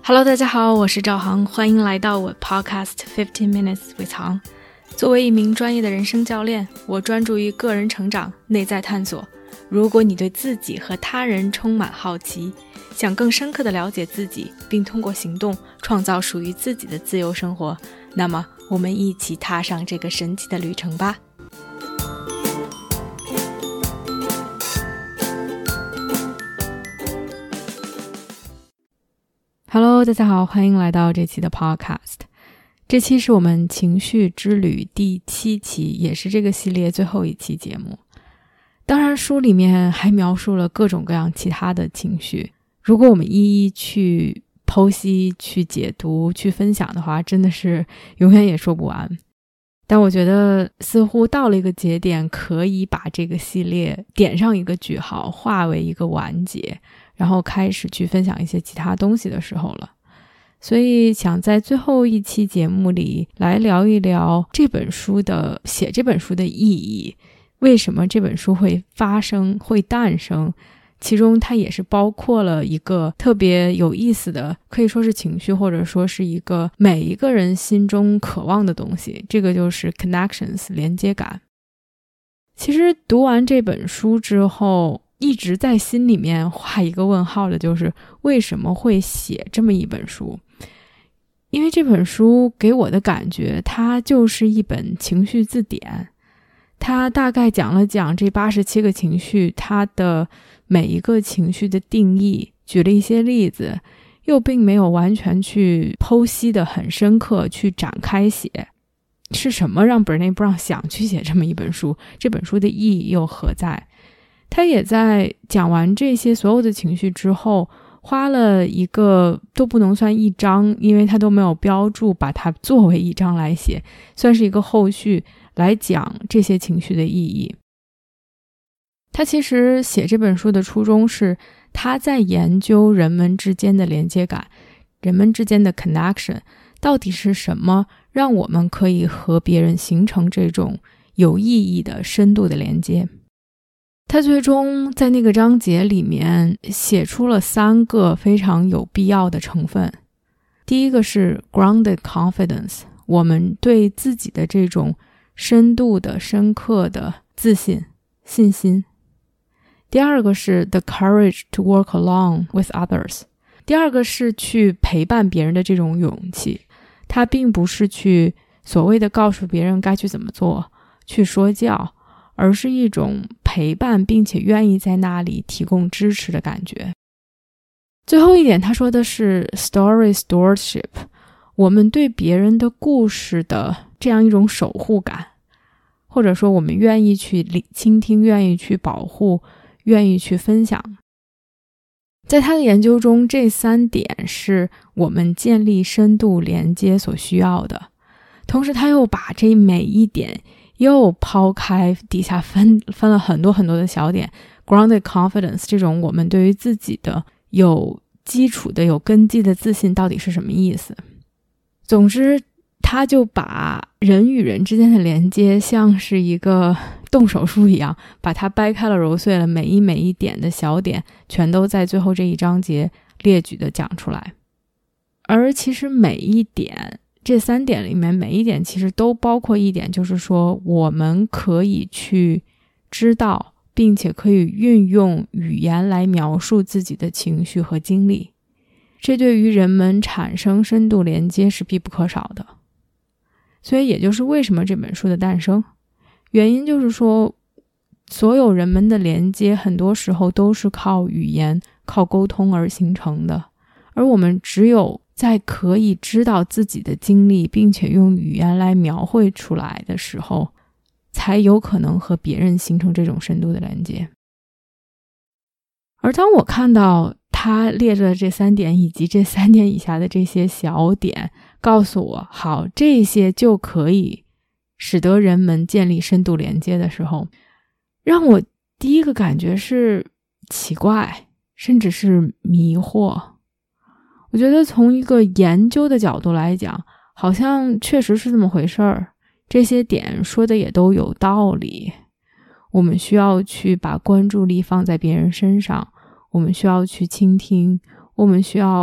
Hello， 大家好，我是赵航，欢迎来到我 Podcast 15 Minutes with 航。作为一名专业的人生教练，我专注于个人成长、内在探索。如果你对自己和他人充满好奇，想更深刻地了解自己，并通过行动创造属于自己的自由生活，那么我们一起踏上这个神奇的旅程吧。Hello， 大家好，欢迎来到这期的 Podcast。 这期是我们情绪之旅第7期，也是这个系列最后一期节目。当然书里面还描述了各种各样其他的情绪，如果我们一一去剖析、去解读、去分享的话，真的是永远也说不完。但我觉得似乎到了一个节点，可以把这个系列点上一个句号，化为一个完结，然后开始去分享一些其他东西的时候了。所以想在最后一期节目里来聊一聊这本书的写这本书的意义，为什么这本书会发生会诞生，其中它也是包括了一个特别有意思的，可以说是情绪，或者说是一个每一个人心中渴望的东西，这个就是 connections 连接感。其实读完这本书之后，一直在心里面画一个问号的就是为什么会写这么一本书。因为这本书给我的感觉，它就是一本情绪字典，它大概讲了讲这87个情绪，它的每一个情绪的定义，举了一些例子，又并没有完全去剖析的很深刻，去展开写。是什么让 Brené Brown 想去写这么一本书？这本书的意义又何在？他也在讲完这些所有的情绪之后，花了一个都不能算一章，因为他都没有标注把它作为一章来写，算是一个后续来讲这些情绪的意义。他其实写这本书的初衷是他在研究人们之间的连接感，人们之间的 connection 到底是什么让我们可以和别人形成这种有意义的深度的连接。他最终在那个章节里面写出了3个非常有必要的成分。第一个是 grounded confidence， 我们对自己的这种深度的深刻的自信信心。第二个是 the courage to work along with others， 第二个是去陪伴别人的这种勇气。它并不是去所谓的告诉别人该去怎么做，去说教，而是一种陪伴并且愿意在那里提供支持的感觉。最后一点他说的是 story stewardship， 我们对别人的故事的这样一种守护感，或者说我们愿意去倾听，愿意去保护，愿意去分享。在他的研究中，这3点是我们建立深度连接所需要的。同时他又把这每一点又抛开，底下分了很多很多的小点。 grounded confidence 这种我们对于自己的有基础的有根基的自信到底是什么意思。总之他就把人与人之间的连接像是一个动手术一样，把它掰开了揉碎了，每一点的小点全都在最后这一章节列举的讲出来。而其实每一点，这3点里面每一点其实都包括一点，就是说我们可以去知道并且可以运用语言来描述自己的情绪和经历，这对于人们产生深度连接是必不可少的。所以也就是为什么这本书的诞生，原因就是说所有人们的连接很多时候都是靠语言靠沟通而形成的，而我们只有在可以知道自己的经历并且用语言来描绘出来的时候，才有可能和别人形成这种深度的连接。而当我看到他列着这3点以及这3点以下的这些小点，告诉我好，这些就可以使得人们建立深度连接的时候，让我第一个感觉是奇怪，甚至是迷惑。我觉得从一个研究的角度来讲，好像确实是这么回事儿，这些点说的也都有道理。我们需要去把关注力放在别人身上，我们需要去倾听，我们需要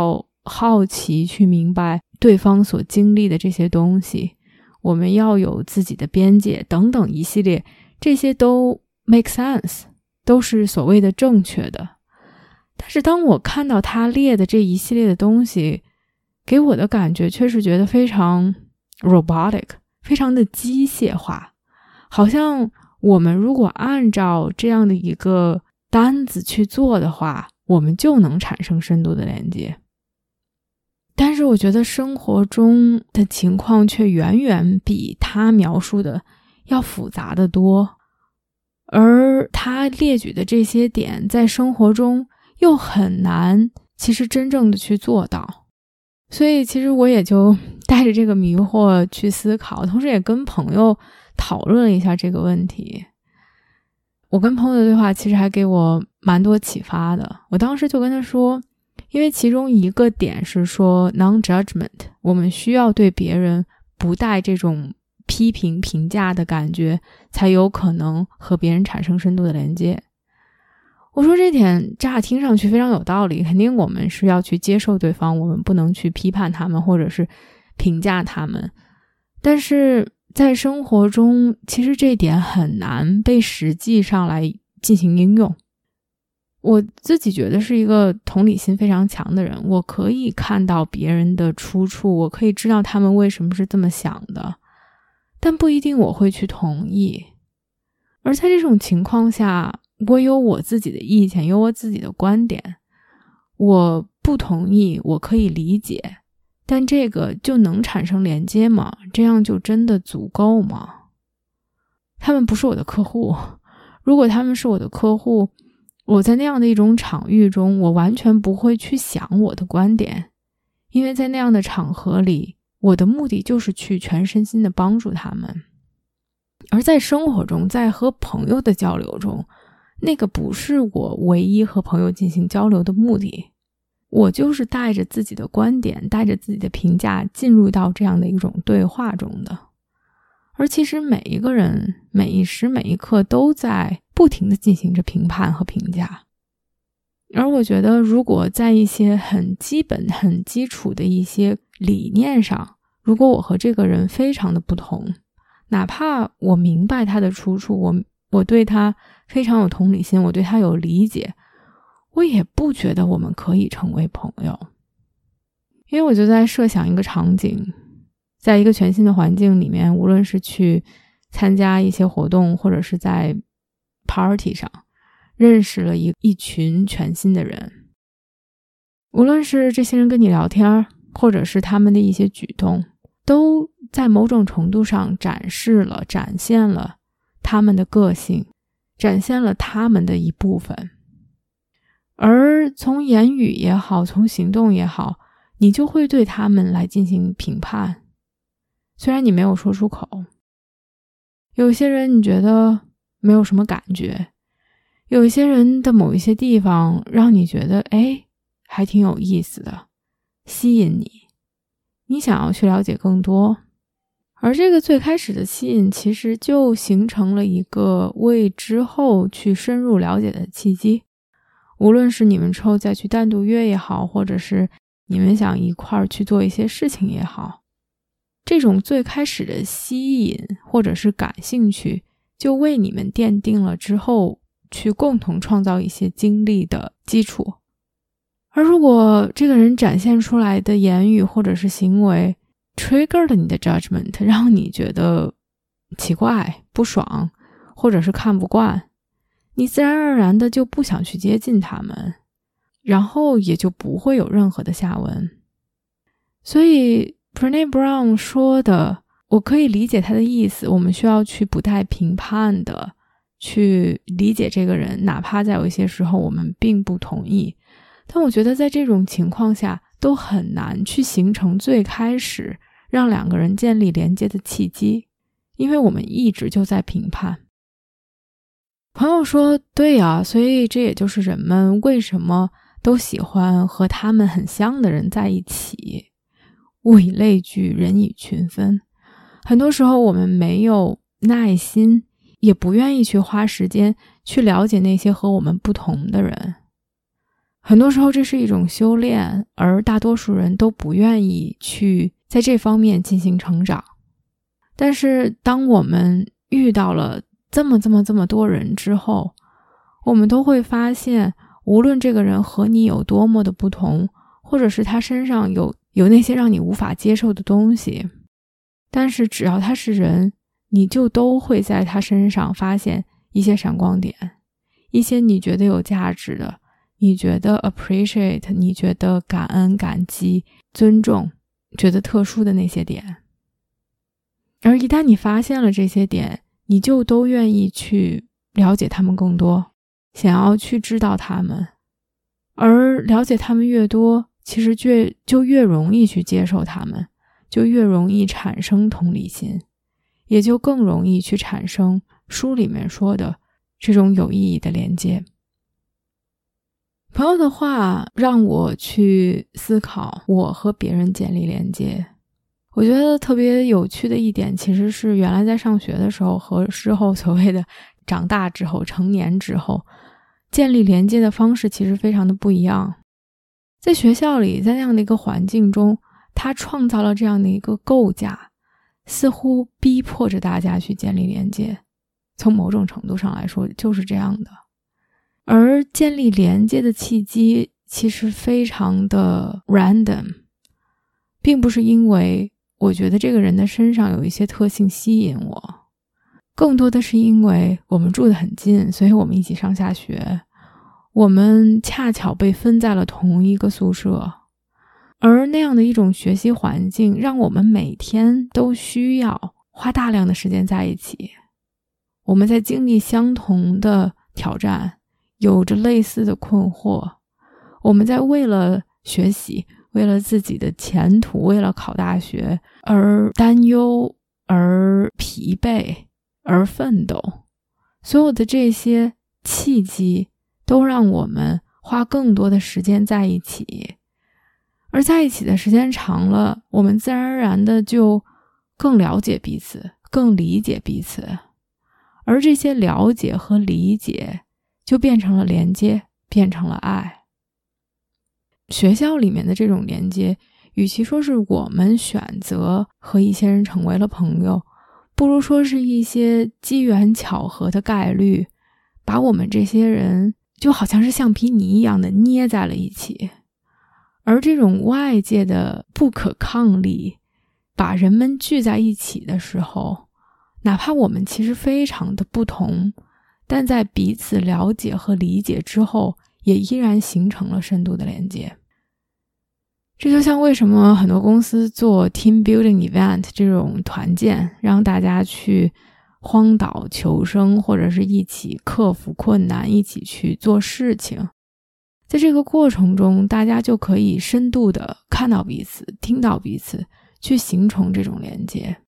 好奇去明白对方所经历的这些东西，我们要有自己的边界等等一系列，这些都 make sense， 都是所谓的正确的。但是当我看到他列的这一系列的东西，给我的感觉却是觉得非常 robotic， 非常的机械化，好像我们如果按照这样的一个单子去做的话，我们就能产生深度的连接。但是我觉得生活中的情况却远远比他描述的要复杂得多，而他列举的这些点在生活中又很难其实真正的去做到。所以其实我也就带着这个迷惑去思考，同时也跟朋友讨论了一下这个问题。我跟朋友的对话其实还给我蛮多启发的。我当时就跟他说，因为其中一个点是说 non-judgment， 我们需要对别人不带这种批评评价的感觉，才有可能和别人产生深度的连接。我说这点乍听上去非常有道理，肯定我们是要去接受对方，我们不能去批判他们或者是评价他们。但是在生活中其实这点很难被实际上来进行应用。我自己觉得是一个同理心非常强的人，我可以看到别人的出处，我可以知道他们为什么是这么想的，但不一定我会去同意。而在这种情况下，我有我自己的意见，有我自己的观点，我不同意，我可以理解，但这个就能产生连接吗？这样就真的足够吗？他们不是我的客户，如果他们是我的客户，我在那样的一种场域中，我完全不会去想我的观点，因为在那样的场合里，我的目的就是去全身心的帮助他们。而在生活中，在和朋友的交流中，那个不是我唯一和朋友进行交流的目的，我就是带着自己的观点，带着自己的评价进入到这样的一种对话中的。而其实每一个人每一时每一刻都在不停地进行着评判和评价。而我觉得如果在一些很基本很基础的一些理念上，如果我和这个人非常的不同，哪怕我明白他的出处，我对他非常有同理心，我对他有理解，我也不觉得我们可以成为朋友。因为我就在设想一个场景，在一个全新的环境里面，无论是去参加一些活动，或者是在 party 上认识了一群全新的人，无论是这些人跟你聊天，或者是他们的一些举动，都在某种程度上展现了他们的个性，展现了他们的一部分。而从言语也好，从行动也好，你就会对他们来进行评判，虽然你没有说出口。有些人你觉得没有什么感觉，有一些人的某一些地方让你觉得还挺有意思的，吸引你想要去了解更多。而这个最开始的吸引其实就形成了一个为之后去深入了解的契机，无论是你们之后再去单独约也好，或者是你们想一块儿去做一些事情也好，这种最开始的吸引或者是感兴趣，就为你们奠定了之后去共同创造一些经历的基础。而如果这个人展现出来的言语或者是行为 trigger 了你的 judgment， 让你觉得奇怪、不爽，或者是看不惯，你自然而然的就不想去接近他们，然后也就不会有任何的下文。所以 Brené Brown 说的，我可以理解他的意思，我们需要去不带评判的去理解这个人，哪怕在有一些时候我们并不同意，但我觉得在这种情况下都很难去形成最开始让两个人建立连接的契机，因为我们一直就在评判。朋友说，对啊，所以这也就是人们为什么都喜欢和他们很像的人在一起，物以类聚，人以群分。很多时候我们没有耐心，也不愿意去花时间去了解那些和我们不同的人。 很多时候这是一种修炼，而大多数人都不愿意去在这方面进行成长。但是当我们遇到了这么多人之后，我们都会发现，无论这个人和你有多么的不同，或者是他身上有那些让你无法接受的东西，但是只要他是人，你就都会在他身上发现一些闪光点，一些你觉得有价值的，你觉得 appreciate， 你觉得感恩、感激、尊重，觉得特殊的那些点。而一旦你发现了这些点，你就都愿意去了解他们更多，想要去知道他们。而了解他们越多，其实就越容易去接受他们，就越容易产生同理心，也就更容易去产生书里面说的这种有意义的连接。朋友的话让我去思考我和别人建立连接。我觉得特别有趣的一点，其实是原来在上学的时候和之后所谓的长大之后、成年之后，建立连接的方式其实非常的不一样。在学校里，在那样的一个环境中，它创造了这样的一个构架，似乎逼迫着大家去建立连接。从某种程度上来说，就是这样的。而建立连接的契机其实非常的 random， 并不是因为我觉得这个人的身上有一些特性吸引我，更多的是因为我们住得很近，所以我们一起上下学，我们恰巧被分在了同一个宿舍，而那样的一种学习环境让我们每天都需要花大量的时间在一起。我们在经历相同的挑战，有着类似的困惑，我们在为了学习，为了自己的前途，为了考大学而担忧，而疲惫，而奋斗。所有的这些契机都让我们花更多的时间在一起，而在一起的时间长了，我们自然而然的就更了解彼此，更理解彼此，而这些了解和理解就变成了连接，变成了爱。学校里面的这种连接，与其说是我们选择和一些人成为了朋友，不如说是一些机缘巧合的概率，把我们这些人就好像是橡皮泥一样的捏在了一起。而这种外界的不可抗力，把人们聚在一起的时候，哪怕我们其实非常的不同，但在彼此了解和理解之后，也依然形成了深度的连接。这就像为什么很多公司做 team building event 这种团建，让大家去荒岛求生，或者是一起克服困难，一起去做事情。在这个过程中，大家就可以深度的看到彼此，听到彼此，去形成这种连接。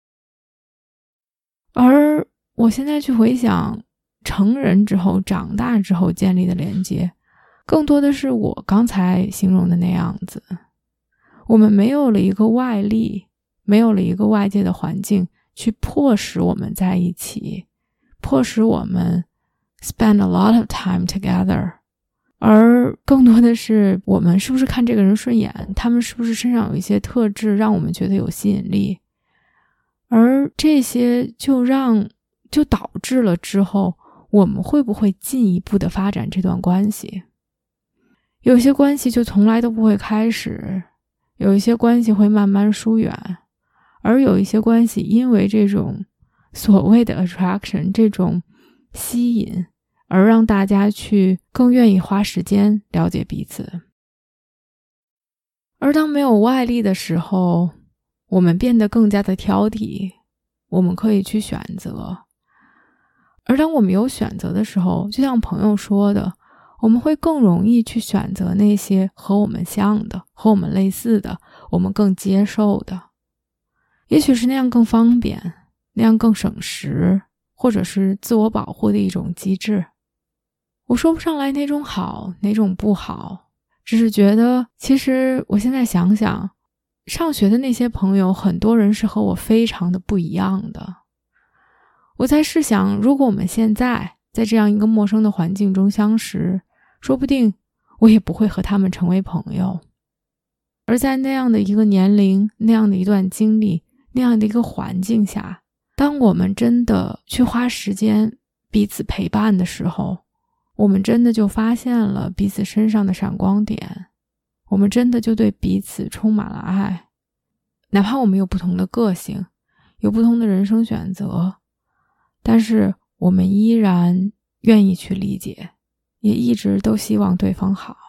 而我现在去回想成人之后、长大之后建立的连接，更多的是我刚才形容的那样子。我们没有了一个外力，没有了一个外界的环境去迫使我们在一起，迫使我们 spend a lot of time together， 而更多的是我们是不是看这个人顺眼，他们是不是身上有一些特质让我们觉得有吸引力，而这些就导致了之后我们会不会进一步的发展这段关系。有些关系就从来都不会开始，有一些关系会慢慢疏远，而有一些关系因为这种所谓的 attraction， 这种吸引，而让大家去更愿意花时间了解彼此。而当没有外力的时候，我们变得更加的挑剔，我们可以去选择。而当我们有选择的时候，就像朋友说的，我们会更容易去选择那些和我们像的，和我们类似的，我们更接受的。也许是那样更方便，那样更省时，或者是自我保护的一种机制。我说不上来哪种好，哪种不好，只是觉得其实我现在想想，上学的那些朋友，很多人是和我非常的不一样的。我在试想，如果我们现在在这样一个陌生的环境中相识，说不定我也不会和他们成为朋友。而在那样的一个年龄，那样的一段经历，那样的一个环境下，当我们真的去花时间彼此陪伴的时候，我们真的就发现了彼此身上的闪光点，我们真的就对彼此充满了爱。哪怕我们有不同的个性，有不同的人生选择，但是我们依然愿意去理解，也一直都希望对方好。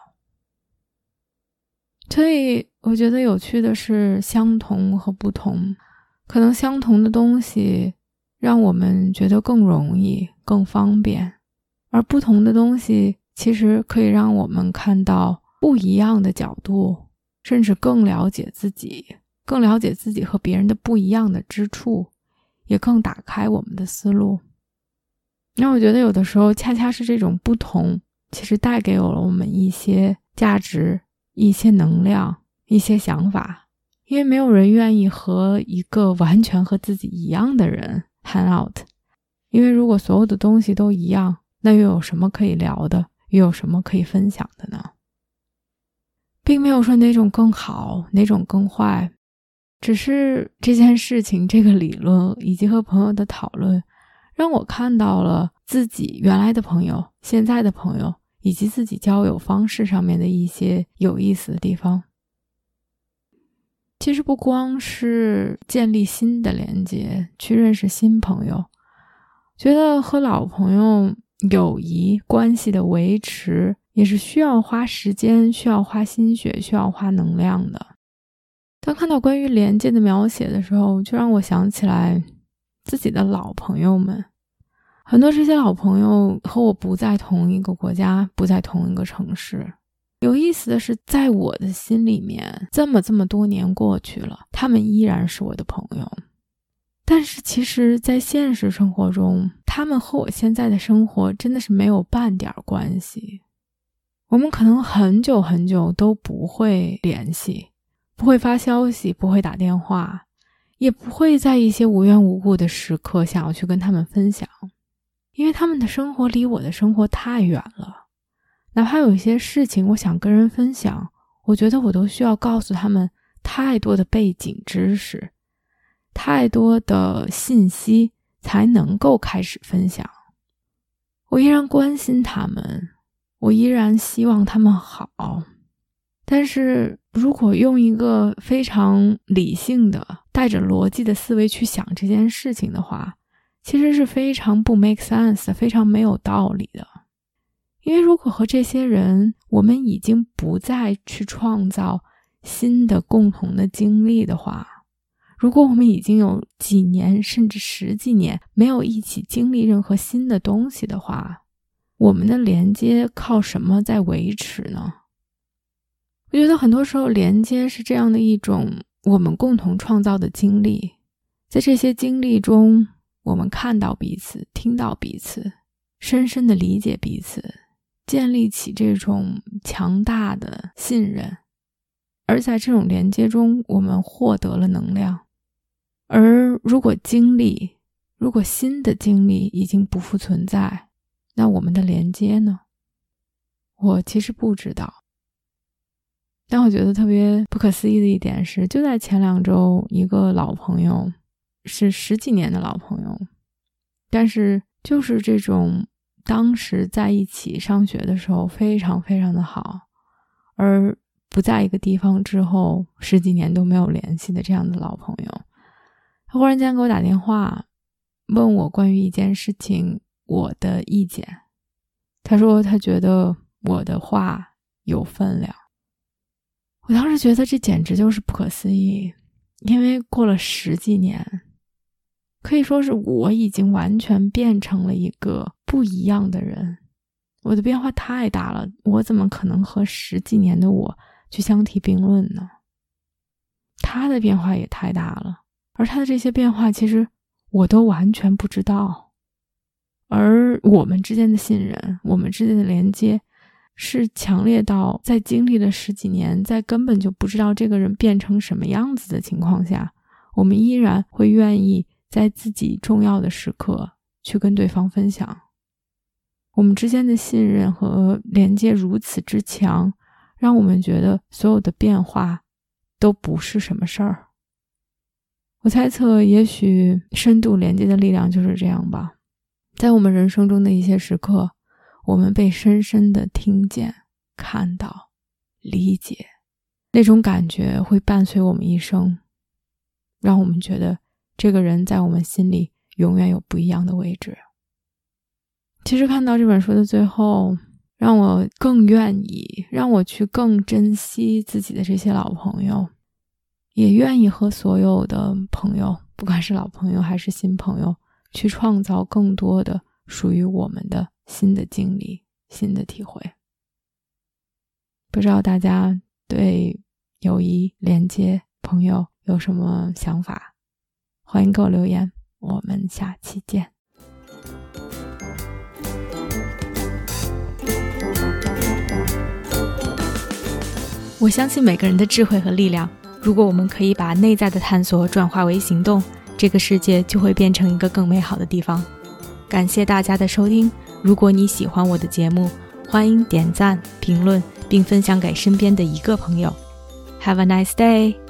所以我觉得有趣的是相同和不同，可能相同的东西让我们觉得更容易更方便，而不同的东西其实可以让我们看到不一样的角度，甚至更了解自己，更了解自己和别人的不一样的之处，也更打开我们的思路。那我觉得有的时候恰恰是这种不同，其实带给了我们一些价值，一些能量，一些想法。因为没有人愿意和一个完全和自己一样的人 hang out， 因为如果所有的东西都一样，那又有什么可以聊的，又有什么可以分享的呢？并没有说哪种更好，哪种更坏，只是这件事情，这个理论以及和朋友的讨论，让我看到了自己原来的朋友，现在的朋友，以及自己交友方式上面的一些有意思的地方。其实不光是建立新的连接，去认识新朋友，觉得和老朋友友谊关系的维持也是需要花时间，需要花心血，需要花能量的。当看到关于连接的描写的时候，就让我想起来自己的老朋友们。很多这些老朋友和我不在同一个国家，不在同一个城市。有意思的是，在我的心里面，这么多年过去了，他们依然是我的朋友。但是其实在现实生活中，他们和我现在的生活真的是没有半点关系。我们可能很久很久都不会联系，不会发消息，不会打电话，也不会在一些无缘无故的时刻想要去跟他们分享，因为他们的生活离我的生活太远了。哪怕有一些事情我想跟人分享，我觉得我都需要告诉他们太多的背景知识，太多的信息才能够开始分享。我依然关心他们，我依然希望他们好，但是如果用一个非常理性的带着逻辑的思维去想这件事情的话，其实是非常不 make sense 的，非常没有道理的。因为如果和这些人我们已经不再去创造新的共同的经历的话，如果我们已经有几年甚至10几年没有一起经历任何新的东西的话，我们的连接靠什么在维持呢？我觉得很多时候连接是这样的一种我们共同创造的经历，在这些经历中，我们看到彼此，听到彼此，深深地理解彼此，建立起这种强大的信任，而在这种连接中，我们获得了能量。而如果新的经历已经不复存在，那我们的连接呢？我其实不知道。但我觉得特别不可思议的一点是，就在前2周，一个老朋友，是10几年的老朋友，但是就是这种当时在一起上学的时候非常非常的好，而不在一个地方之后10几年都没有联系的这样的老朋友，他忽然间给我打电话，问我关于一件事情我的意见。他说他觉得我的话有分量。我当时觉得这简直就是不可思议，因为过了10几年，可以说是我已经完全变成了一个不一样的人，我的变化太大了，我怎么可能和10几年的我去相提并论呢？他的变化也太大了，而他的这些变化其实我都完全不知道，而我们之间的信任，我们之间的连接是强烈到在经历了10几年，在根本就不知道这个人变成什么样子的情况下，我们依然会愿意在自己重要的时刻去跟对方分享。 我们之间的信任和连接如此之强，让我们觉得所有的变化都不是什么事儿。我猜测也许深度连接的力量就是这样吧，在我们人生中的一些时刻，我们被深深地听见、看到、理解，那种感觉会伴随我们一生，让我们觉得这个人在我们心里永远有不一样的位置。其实看到这本书的最后，让我更愿意，让我去更珍惜自己的这些老朋友，也愿意和所有的朋友，不管是老朋友还是新朋友，去创造更多的属于我们的新的经历、新的体会。不知道大家对友谊、连接、朋友有什么想法？欢迎给我留言，我们下期见。我相信每个人的智慧和力量，如果我们可以把内在的探索转化为行动，这个世界就会变成一个更美好的地方。感谢大家的收听，如果你喜欢我的节目，欢迎点赞、评论并分享给身边的一个朋友。Have a nice day!